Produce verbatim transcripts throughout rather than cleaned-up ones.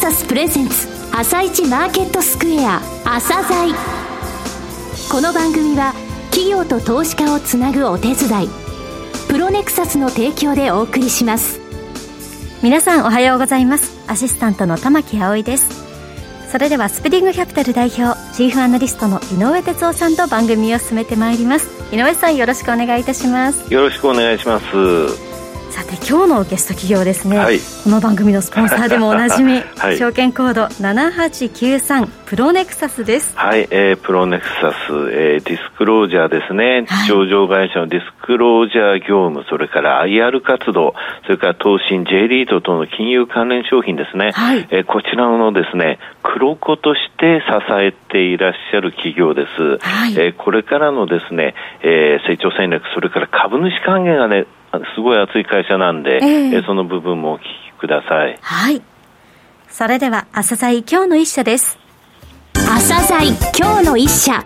サスプレゼンツ朝一マーケットスクエア朝鮮。この番組は企業と投資家をつなぐお手伝い、プロネクサスの提供でお送りします。 皆さんおはようございます。アシスタントの玉木葵です。それではスプリングキャピタル代表チーフアナリストの井上哲夫さんと番組を進めてまいります。井上さん、よろしくお願いいたします。 よろしくお願いします。 さて、今日のゲスト企業ですね、 はい、 この番組のスポンサーでもおなじみ、 はい、 証券コードななはちきゅうさんプロネクサスです。 はい、えー、プロネクサス、えー、ディスクロージャーですね、はい、上場会社のディスクロージャー業務、それから アイアール 活動、それから投信 J リートとの金融関連商品ですね、はい、えー、こちらのですね黒子として支えていらっしゃる企業です、はい、えー、これからのですね、えー、成長戦略、それから株主還元がねすごい熱い会社なんで、えーえー、その部分もお聞きください。 はい、それでは朝鮮今日の一社です。 朝鮮今日の一社。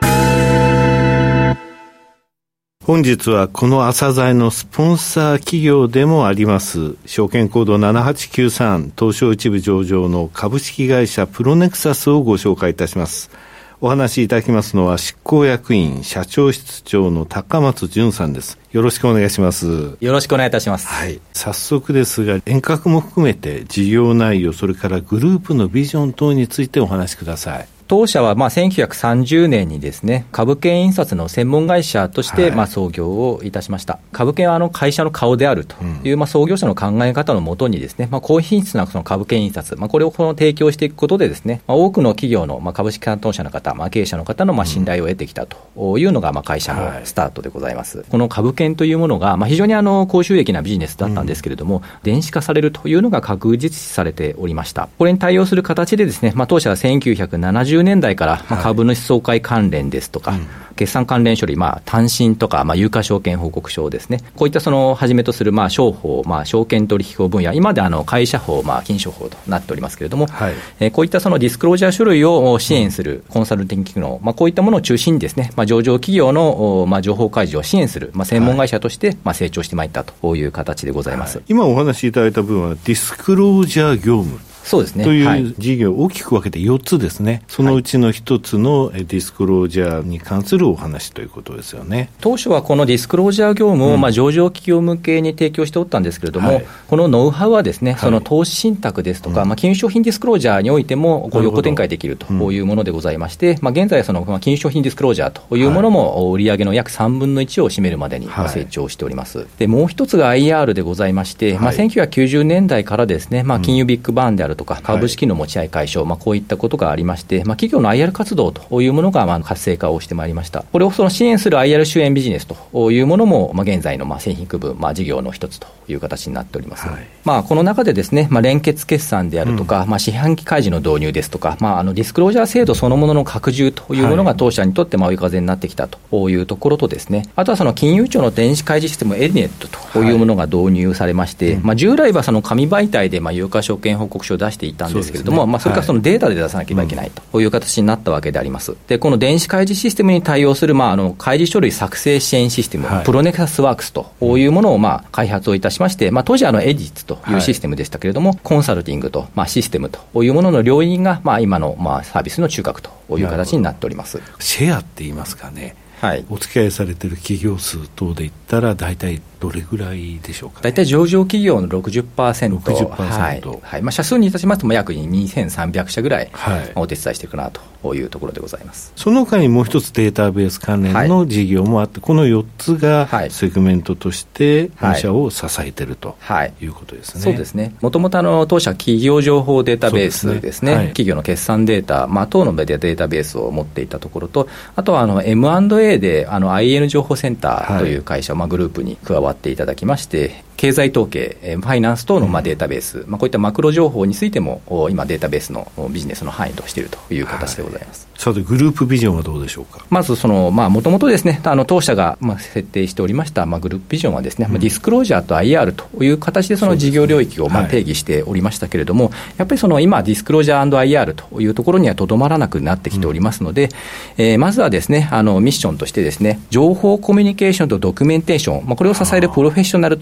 本日はこの朝鮮のスポンサー企業でもあります証券コードななはちきゅうさん東証一部上場の株式会社プロネクサスをご紹介いたします。お話しいただきますのは執行役員社長室長の高松淳さんです。よろしくお願いします。 よろしくお願いいたします。 はい、早速ですが遠隔も含めて事業内容、それからグループのビジョン等についてお話しください。 当社はまあせんきゅうひゃくさんじゅうねんにですね株券印刷の専門会社としてまあ創業をいたしました、はい、株券はあの会社の顔であるというまあ創業者の考え方のもとにですね、まあ、高品質なその株券印刷、まあ、これをこの提供していくことでですね、まあ、多くの企業のまあ株式担当者の方、まあ、経営者の方のまあ信頼を得てきたというのがまあ会社のスタートでございます、はい、この株券というものがまあ非常にあの高収益なビジネスだったんですけれども、うん、電子化されるというのが確実視されておりました。これに対応する形でですね、まあ、当社はせんきゅうひゃくななじゅうねんだいからまあ株主総会関連ですとか、うん、決算関連処理、まあ、単身とか、まあ、有価証券報告書ですね、こういったそのはじめとする、まあ、商法、まあ、証券取引法分野、今であの会社法、まあ、金商法となっておりますけれども、はい、えー、こういったそのディスクロージャー書類を支援するコンサルティング機能、まあ、こういったものを中心にですね、まあ、上場企業の、まあ、情報開示を支援する、まあ、専門会社として、まあ、成長してまいったという形でございます、はい、 今お話しいただいた分はディスクロージャー業務そうですね、 という事業を大きく分けてよっつですね、はい、そのうちのひとつのディスクロージャーに関するお話ということですよね。 当初はこのディスクロージャー業務をまあ上場企業向けに提供しておったんですけれども、はい、このノウハウはですね、その投資信託ですとか、はい、まあ、金融商品ディスクロージャーにおいてもこう横展開できるというものでございまして、うん、まあ、現在はその金融商品ディスクロージャーというものも売上の約さんぶんのいちを占めるまでに成長しております、はい、でもう一つが アイアール でございまして、はい、まあ、せんきゅうひゃくきゅうじゅうねんだいからですね、まあ、金融ビッグバンであるとか株式の持ち合い解消、まあ、こういったことがありまして、まあ、企業の アイアール 活動というものがまあ活性化をしてまいりました。これをその支援する アイアール 周辺ビジネスというものも、まあ、現在のまあ製品区分、まあ、事業の一つという形になっております、はい、まあ、この中でですね、まあ、連結決算であるとか、うん、まあ、四半期開示の導入ですとか、まあ、あのディスクロージャー制度そのものの拡充というものが当社にとってまあ追い風になってきたというところとですね、あとはその金融庁の電子開示システム エルネット というものが導入されまして、はい、まあ、従来はその紙媒体でまあ有価証券報告書を出していたんですけれども、そ、ね、まあ、それからそのデータで出さなければいけないという形になったわけであります。で、この電子開示システムに対応する、まあ、あの開示書類作成支援システム、はい、プロネクサスワークスというものをまあ開発をいたしまして、まあ、当時あのエディッツというシステムでしたけれども、はい、コンサルティングと、まあ、システムというものの両輪が、まあ、今のまあサービスの中核という形になっております。 シェアって言いますかね、はい、お付き合いされている企業数等で言ったら大体どれぐらいでしょうか、ね、 大体上場企業の ろくじゅっパーセント、 ろくじゅっパーセント、 はいはい、まあ、社数にいたしますと約にせんさんびゃくしゃぐらいお手伝いしていくなというところでございます、 はい、その他にもう一つデータベース関連の事業もあって、はい、このよっつがセグメントとして本社を支えているということですね。 そうですね、もともと当社企業情報データベースですね、はい、企業の決算データ、まあ、等のデータベースを持っていたところと、あとはあの エムアンドエー であの アイエヌ 情報センターという会社、はい、まあ、グループに加わっていただきまして、経済統計、ファイナンス等のまあデータベース、まあ、こういったマクロ情報についても今データベースのビジネスの範囲としているという形でございます、 はい、さてグループビジョンはどうでしょうか。 まずそのもともとですね、あの当社がまあ設定しておりましたまあグループビジョンはですね、うん、ディスクロージャーと アイアール という形でその事業領域をまあ定義しておりましたけれども、はい、やっぱりその今ディスクロージャー アイアール というところにはとどまらなくなってきておりますので、うん、えー、まずはですね、あのミッションとしてですね、情報コミュニケーションとドキュメンテーション、まあ、これを支えるプロフェッショナルとしてまあ社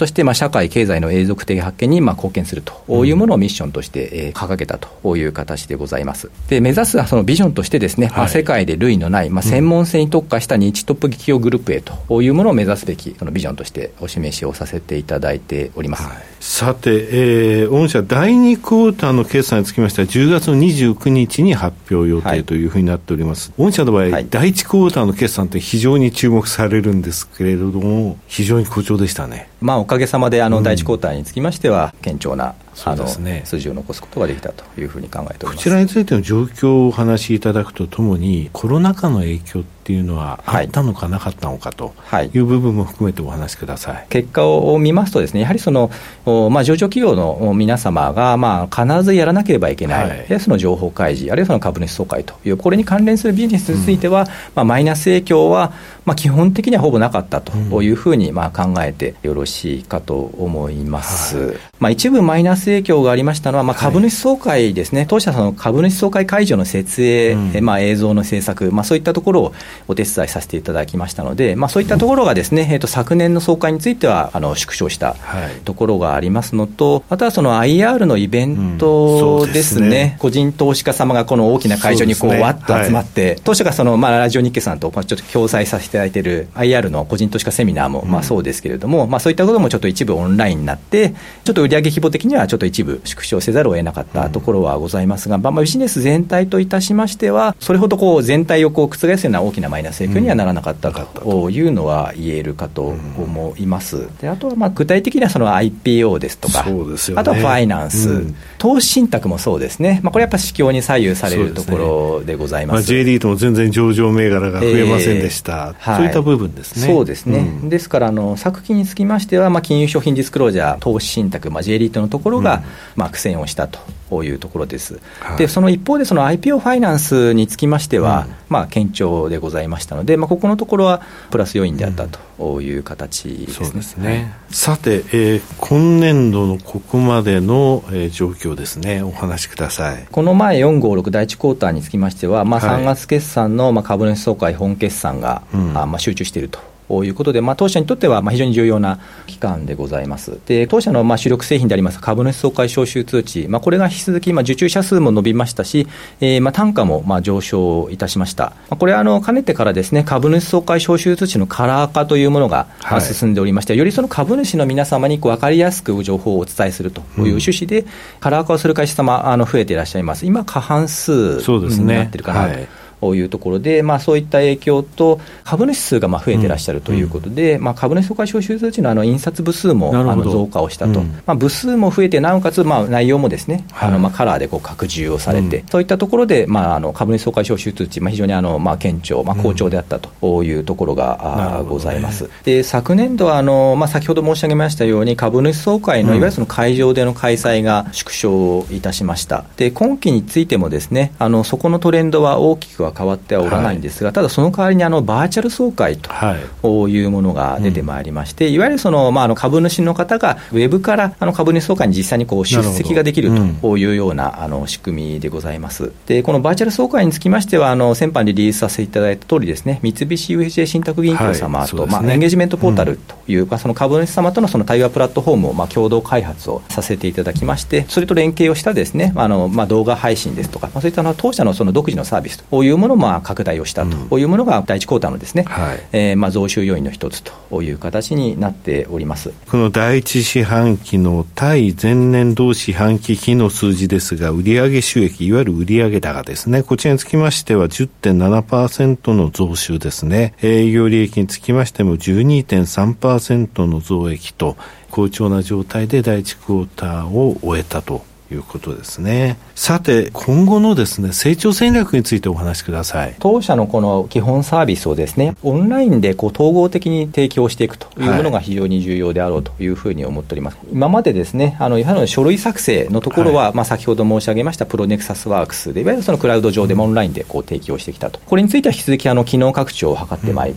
社会経済の永続的発展にまあ貢献するというものをミッションとして、えー、掲げたという形でございます。で目指すそのビジョンとしてですね、はい、まあ、世界で類のない、まあ、専門性に特化したニッチトップ企業グループへというものを目指すべきそのビジョンとしてお示しをさせていただいております。はい、 さて、えー、御社だいにクォーターの決算につきましてはじゅうがつのにじゅうくにちに発表予定というふうになっております。はい、御社の場合、はい、だいいちクォーターの決算って非常に注目されるんですけれども、非常に好調でしたね。 まあ、おかげさまであのだいいちクォーターにつきましては堅調な、あの数字を残すことができたというふうに考えております。 こちらについての状況をお話しいただくとともに、コロナ禍の影響っていうのはあったのかなかったのかという部分も含めてお話しください。はい、 結果を見ますとですね、やはりその、まあ、上場企業の皆様がまあ必ずやらなければいけない、はい、でその情報開示あるいはその株主総会というこれに関連するビジネスについては、うん、まあ、マイナス影響はまあ基本的にはほぼなかったというふうにまあ考えてよろしいかと思います。はい、まあ、一部マイナス影響がありましたのは、まあ、株主総会ですね、はい、当社その株主総会会場の設営、うん、まあ、映像の制作、まあ、そういったところをお手伝いさせていただきましたので、まあ、そういったところがですね、えー、と昨年の総会についてはあの縮小したところがありますのと、あとはその アイアール のイベントですね、うん、ですね、個人投資家様がこの大きな会場にこう、ね、わっと集まって、はい、当社がその、まあ、ラジオ日経さんとちょっと共催させていただいている アイアール の個人投資家セミナーも、まあ、そうですけれども、うん、まあ、そういったこともちょっと一部オンラインになってちょっと売上規模的にはちょっと一部縮小せざるを得なかったところはございますが、うん、まあ、ビジネス全体といたしましてはそれほどこう全体をこう覆すような大きなマイナス影響にはならなかったというのは言えるかと思います。であとはまあ具体的にはその アイピーオー ですとか、 そうですよね、 あとはファイナンス、うん、投資信託もそうですね、まあ、これやっぱり市況に左右されるところでございます。 そうですね、まあ、J リートも全然上場銘柄が増えませんでした、えー、そういった部分ですね。 そうですね、うん、ですからあの昨期につきましては、まあ、金融商品ディスクロージャー、投資信託、まあ、J リートのところが、うん、まあ、苦戦をしたというところです。はい、でその一方でその アイピーオー ファイナンスにつきましては、うん、まあ、堅調でございましたので、まあ、ここのところはプラス要因であったという形ですね。 そうですね。さて、えー、今年度のここまでの、えー、状況ですね、お話しください。 この前よん、ご、ろくだいいちクォーターにつきましては、まあ、さんがつ決算のまあ株主総会本決算が、うん、あまあ集中しているとということで、まあ、当社にとってはまあ非常に重要な期間でございます。で当社のまあ主力製品であります株主総会招集通知、まあ、これが引き続きまあ受注者数も伸びましたし、えー、まあ単価もまあ上昇いたしました。まあ、これはあのかねてからですね、株主総会招集通知のカラー化というものが進んでおりまして、はい、よりその株主の皆様にこう分かりやすく情報をお伝えするという趣旨で、うん、カラー化をする会社様あの増えていらっしゃいます。今過半数になっているかなとというところで、まあ、そういった影響と株主数がまあ増えていらっしゃるということで、うん、まあ、株主総会招集通知のあの印刷部数もあの増加をしたと、うん、まあ、部数も増えてなおかつまあ内容もですね、はい、あのまあカラーでこう拡充をされて、うん、そういったところでまああの株主総会招集通知、まあ、非常にあのまあ堅調、まあ、好調であったというところが、うん、ございます。ね、で昨年度はあの、まあ、先ほど申し上げましたように株主総会のいわゆるその会場での開催が縮小いたしました。で今期についてもですね、あのそこのトレンドは大きくは変わってはおらないんですが、はい、ただその代わりにあのバーチャル総会というものが出てまいりまして、はい、うん、いわゆるその、まあ、あの株主の方がウェブからあの株主総会に実際にこう出席ができるというような、うん、あの仕組みでございます。でこのバーチャル総会につきましてはあの先般リリースさせていただいた通りですね、三菱 ユーエスジェー 信託銀行様と、はい、ね、まあ、エンゲージメントポータルという、うん、その株主様とのその対話プラットフォームをまあ共同開発をさせていただきまして、それと連携をしたですね、あの、まあ、動画配信ですとか、まあ、そういったの当社のその独自のサービスというものをまあ拡大をしたと、うん、こういうものがだいいちクォーターのですね、はい、えーまあ、増収要因の一つという形になっております。 この第一四半期の対前年同四半期比の数字ですが、売上収益、いわゆる売上高ですね、こちらにつきましては じゅってんななパーセント の増収ですね。営業利益につきましても じゅうにてんさんパーセント の増益と好調な状態で第一クォーターを終えたということですね。さて今後のですね、成長戦略についてお話しください。 当社のこの基本サービスをですね、オンラインでこう統合的に提供していくというものが非常に重要であろうというふうに思っております。はい、今までですね、あのやはり書類作成のところは、はい、まあ、先ほど申し上げましたプロネクサスワークスでいわゆるそのクラウド上でもオンラインでこう提供してきたと。これについては引き続きあの機能拡張を図ってまいりたいと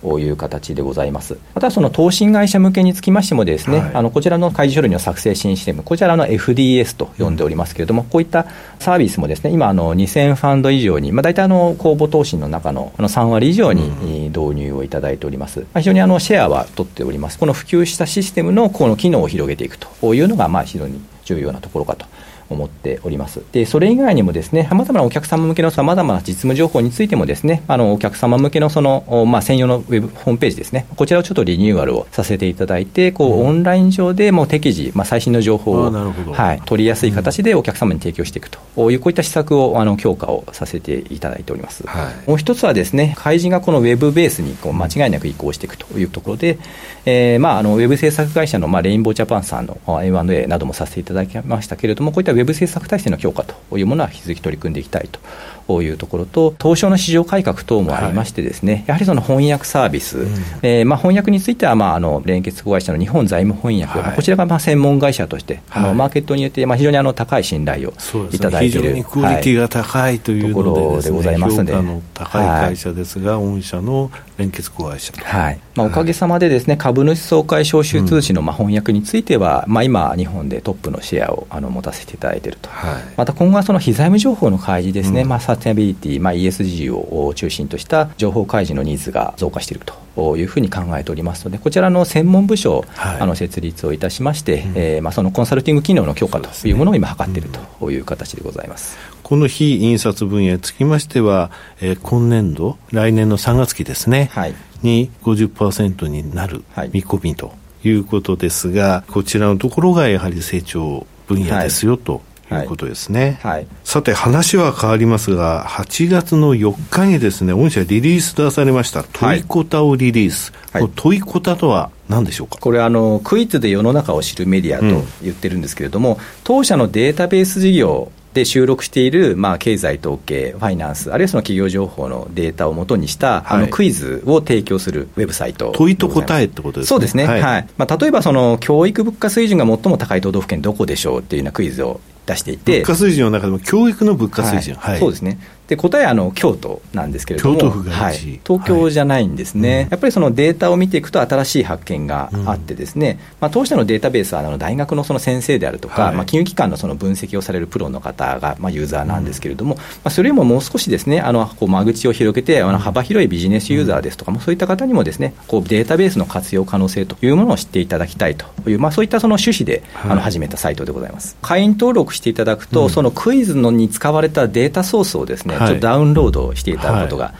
という形でございます。またその投信会社向けにつきましてもですね、はい、あのこちらの開示書類の作成新システム、こちらの エフディーエス と呼んでおりますけれども、うん、こういったサービスもですね、今あのにせんファンド以上に、まあ、大体あの公募投信の中のあのさん割以上に導入をいただいております。まあ、非常にあのシェアは取っております。この普及したシステムのこの機能を広げていくというのがまあ非常に重要なところかと思っております。で、それ以外にもですね、様々なお客様向けの様々な実務情報についてもですね、あのお客様向けのその、まあ、専用のウェブホームページですね、こちらをちょっとリニューアルをさせていただいて、こう、うん、オンライン上でもう適時、まあ、最新の情報を、はい、取りやすい形でお客様に提供していくという、こういった施策をあの強化をさせていただいております。はい、もう一つはですね、開示がこのウェブベースにこう間違いなく移行していくというところで、えーまあ、あのウェブ制作会社の、まあ、レインボージャパンさんの エムアンドエー などもさせていただきましたけれども、こういったウェブ制作体制の強化というものは引き続き取り組んでいきたいというところと、東証の市場改革等もありましてですね、はい、やはりその翻訳サービス、うん、えーまあ、翻訳については、まあ、あの連結子会社の日本財務翻訳、はい、こちらがまあ専門会社として、はい、あのマーケットによってまあ非常にあの高い信頼をいただいている、 非常にクオリティが高いというのでですね、はい、評価の高い会社ですが、はい、御社の連結子会社、 はい、まあ、おかげさまでですね、株主総会招集通知のまあ翻訳については、うん、まあ、今日本でトップのシェアをあの持たせていただいていると、はい、また今後はその非財務情報の開示ですね、うん、まあ、サステナビリティ、まあ、イーエスジー を中心とした情報開示のニーズが増加しているというふうに考えておりますので、こちらの専門部署を、はい、あの設立をいたしまして、うん、えーまあ、そのコンサルティング機能の強化というものを今図っているという形でございます。 この非印刷分野につきましては、えー、今年度来年のさんがつ期ですね、はい、に ごじゅっパーセント になる見込みということですが、はい、こちらのところがやはり成長分野ですよ、はい、ということですね。はいはい、さて話は変わりますが、はちがつのよっかにですね、御社リリース出されましたトイコタをリリース、はい、このトイコタとは何でしょうか。 これあのクイズで世の中を知るメディアと言ってるんですけれども、うん、当社のデータベース事業で収録している、まあ、経済統計、ファイナンス、あるいはその企業情報のデータをもとにした、はい、あのクイズを提供するウェブサイト。 問いと答えってことですね。 そうですね。はいはい、まあ、例えばその教育物価水準が最も高い都道府県どこでしょうっていうようなクイズを出していて、 物価水準の中でも教育の物価水準、 はいはい、そうですね。で答えはあの京都なんですけれども、 京都府がいち、 はい、東京じゃないんですね、はい、やっぱりそのデータを見ていくと新しい発見があってですね、うん、まあ、当社のデータベースはあの大学のその先生であるとか、はい、まあ、金融機関のその分析をされるプロの方がまあユーザーなんですけれども、うん、まあ、それよりももう少しですね、あのこう間口を広げてあの幅広いビジネスユーザーですとか、うん、そういった方にもですね、こうデータベースの活用可能性というものを知っていただきたいという、まあ、そういったその趣旨で、はい、あの始めたサイトでございます。会員登録していただくと、うん、そのクイズのに使われたデータソースをですね、はい、ちょっとダウンロードしていただくことが、はい、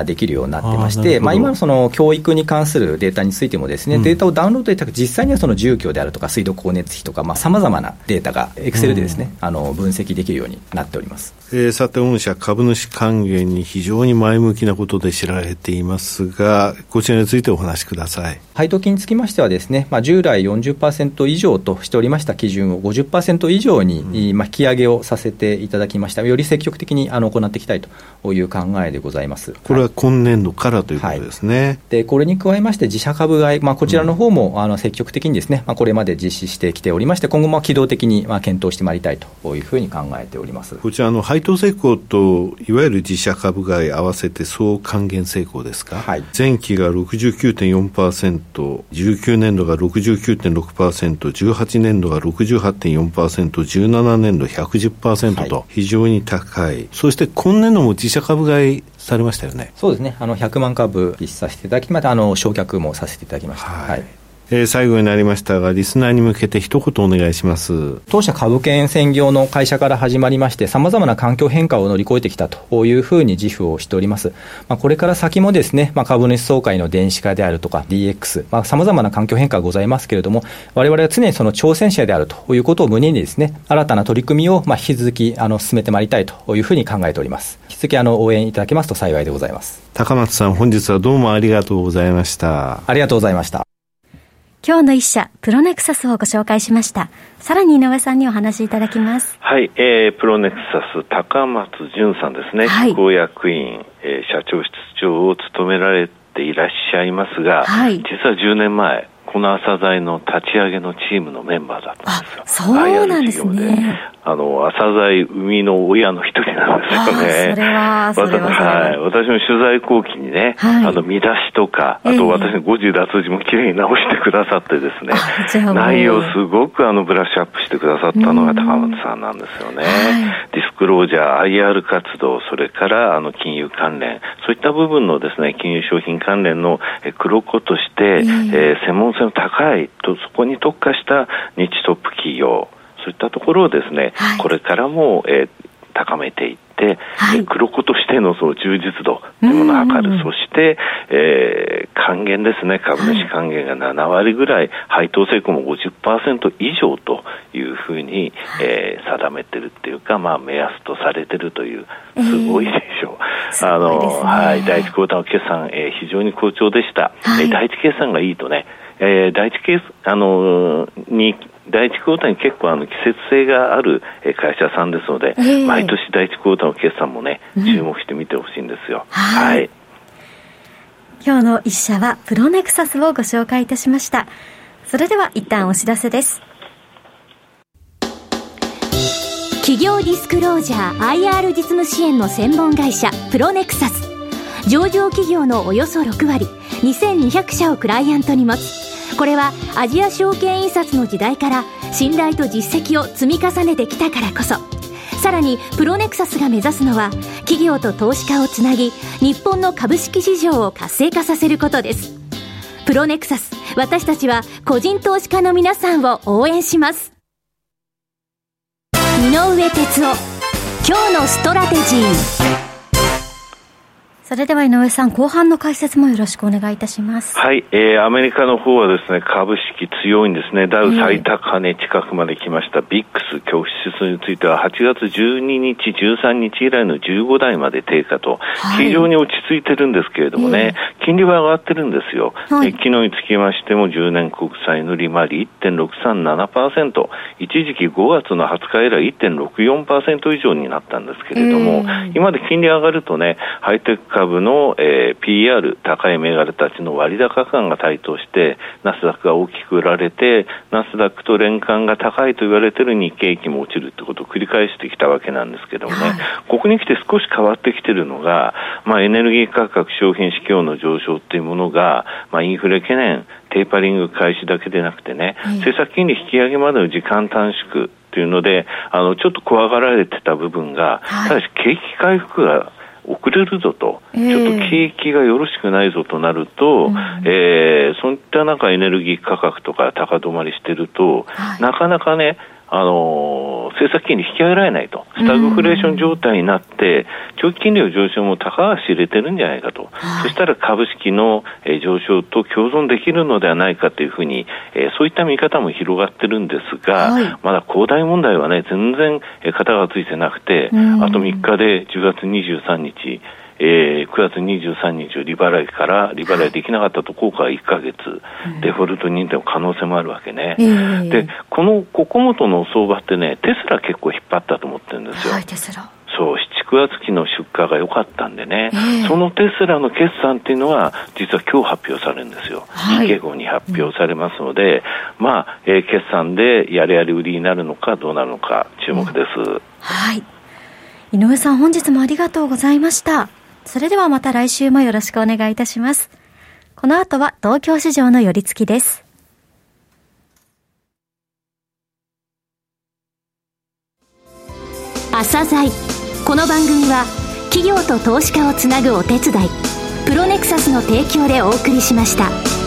できるようになってまして、まあ、今のその教育に関するデータについてもですね、うん、データをダウンロードいただく、実際にはその住居であるとか水道光熱費とかさまざ、まなデータがエクセルでですね、うん、あの分析できるようになっております。 えー、さて御社株主還元に非常に前向きなことで知られていますが、こちらについてお話しください。 配当金につきましてはですね、まあ、従来 よんじゅっパーセント 以上としておりました基準を ごじゅっパーセント 以上に、うん、まあ、引き上げをさせていただきました。より積極的にあの行っていきたいという考えでございます。 これは今年度からということですね。はい、 でこれに加えまして自社株買い、まあ、こちらの方も、うん、あの積極的にですね、まあ、これまで実施してきておりまして、今後も機動的にまあ検討してまいりたいというふうに考えております。 こちらの配当成功といわゆる自社株買い合わせて総還元成功ですか。はい、前期が ろくじゅうきゅうてんよんパーセント、じゅうきゅうねんどが ろくじゅうきゅうてんろくパーセント、じゅうはちねんどが ろくじゅうはちてんよんパーセント、じゅうななねんど ひゃくじゅっパーセント と非常に高い、はい、そして今年度も自社株買いされましたよね。 そうですね、あのひゃくまんかぶ実施させていただき、またあの償却もさせていただきました。はい、はい、 えー、最後になりましたがリスナーに向けて一言お願いします。 当社株券専業の会社から始まりまして、さまざまな環境変化を乗り越えてきたというふうに自負をしております。まあ、これから先もですね、まあ、株主総会の電子化であるとか ディーエックス、さまざ、まな環境変化がございますけれども、我々は常にその挑戦者であるということを胸にですね、新たな取り組みをまあ引き続きあの進めてまいりたいというふうに考えております。引き続きあの応援いただけますと幸いでございます。 高松さん、本日はどうもありがとうございました。 ありがとうございました。 今日の一社プロネクサスをご紹介しました。さらに井上さんにお話しいただきます。 はい、えー、プロネクサス高松純さんですね、執行役員、えー、社長室長を務められていらっしゃいますが、はい、実はじゅうねんまえこの朝材の立ち上げのチームのメンバーだったんですよ。 あ、そうなんですね。 あの朝材生みの親の一人なんですよね。 それは、それは、 はい。私も取材後期にね、はい、あの、見出しとか、あと私の誤字脱字もきれいに直してくださってですね、内容すごくあの、ブラッシュアップしてくださったのが高松さんなんですよね。はい、ディスクロージャー、アイアール 活動、それからあの、金融関連、そういった部分のですね、金融商品関連の黒子として、えーえー、専門性の高いと、そこに特化したニッチトップ企業、そういったところをですね、はい、これからも、えー、高めていって、はい、黒子としてのその充実度というものを図る、うんうん、そして、えー、還元ですね、株主還元がななわりぐらい、配当成功も ごじゅっパーセント 以上というふうに、えー、定めてるっていうか、まあ、目安とされてるという、すごいでしょう。えー、あの、はい、第一クォーターの決算、えー、非常に好調でした。はい、えー、第一決算がいいとね、えー、第一ケース、あのー、に、第一クォーターに結構あの季節性がある会社さんですので、えー、毎年第一クォーターの決算もね、うん、注目してみてほしいんですよ。はい。はい、 今日の一社はプロネクサスをご紹介いたしました。それでは一旦お知らせです。 企業ディスクロージャー アイアール 実務支援の専門会社プロネクサス。上場企業のおよそろくわり、にせんにひゃくしゃをクライアントに持つ。これはアジア証券印刷の時代から信頼と実績を積み重ねてきたからこそ。さらにプロネクサスが目指すのは企業と投資家をつなぎ、日本の株式市場を活性化させることです。プロネクサス、私たちは個人投資家の皆さんを応援します。井上哲夫、今日のストラテジー。 それでは井上さん、後半の解説もよろしくお願いいたします。 はい、えー、アメリカの方はですね、株式強いんですね。ダウ最高値近くまで来ました。ビックス恐怖指数についてははちがつじゅうににち、じゅうさんにち以来のじゅうごだいまで低下と、はい、非常に落ち着いてるんですけれどもね、えー、金利は上がってるんですよ。はい、え昨日につきましてもじゅうねん国債の利回り いってんろくさんななパーセント、一時期ごがつのはつか以来 いってんろくよんパーセント 以上になったんですけれども、えー、今まで金利上がるとね、ハイテク株の、えー、ピーイーアール 高い銘柄たちの割高感が台頭してナスダックが大きく売られて、ナスダックと連関が高いと言われている日経平均も落ちるってことを繰り返してきたわけなんですけどもね、はい、ここに来て少し変わってきているのが、まあ、エネルギー価格、商品市況の上昇っていうものが、まあ、インフレ懸念、テーパリング開始だけでなくてね、はい、政策金利引き上げまでの時間短縮というので、あのちょっと怖がられてた部分が、はい、ただし景気回復が遅れるぞと、えー、ちょっと景気がよろしくないぞとなると、うん、えー、そういったなんかエネルギー価格とか高止まりしてると、はい、なかなかね、あのー、政策金利引き上げられないと、スタグフレーション状態になって、長期金利の上昇も高足入れてるんじゃないかと、はい、そしたら株式の、えー、上昇と共存できるのではないかというふうに、えー、そういった見方も広がってるんですが、はい、まだ恒大問題はね、全然、えー、型がついてなくて、あとみっかでじゅうがつにじゅうさんにち、えー、くがつにじゅうさんにちを利払いから利払いできなかったと効果がいっかげつ、うん、デフォルト認定の可能性もあるわけね、えー、でこのここもとの相場ってね、テスラ結構引っ張ったと思ってるんですよ。 はい、テスラ、 そう、しち、くがつ期の出荷が良かったんでね、えー、そのテスラの決算っていうのは実は今日発表されるんですよ。日経号に発表されますので、うん、まあ、えー、決算でやれやれ売りになるのかどうなるのか注目です、うん、 はい。井上さん、本日もありがとうございました。それではまた来週もよろしくお願いいたします。この後は東京市場の寄り付きです。 朝鮮。この番組は企業と投資家をつなぐお手伝い、プロネクサスの提供でお送りしました。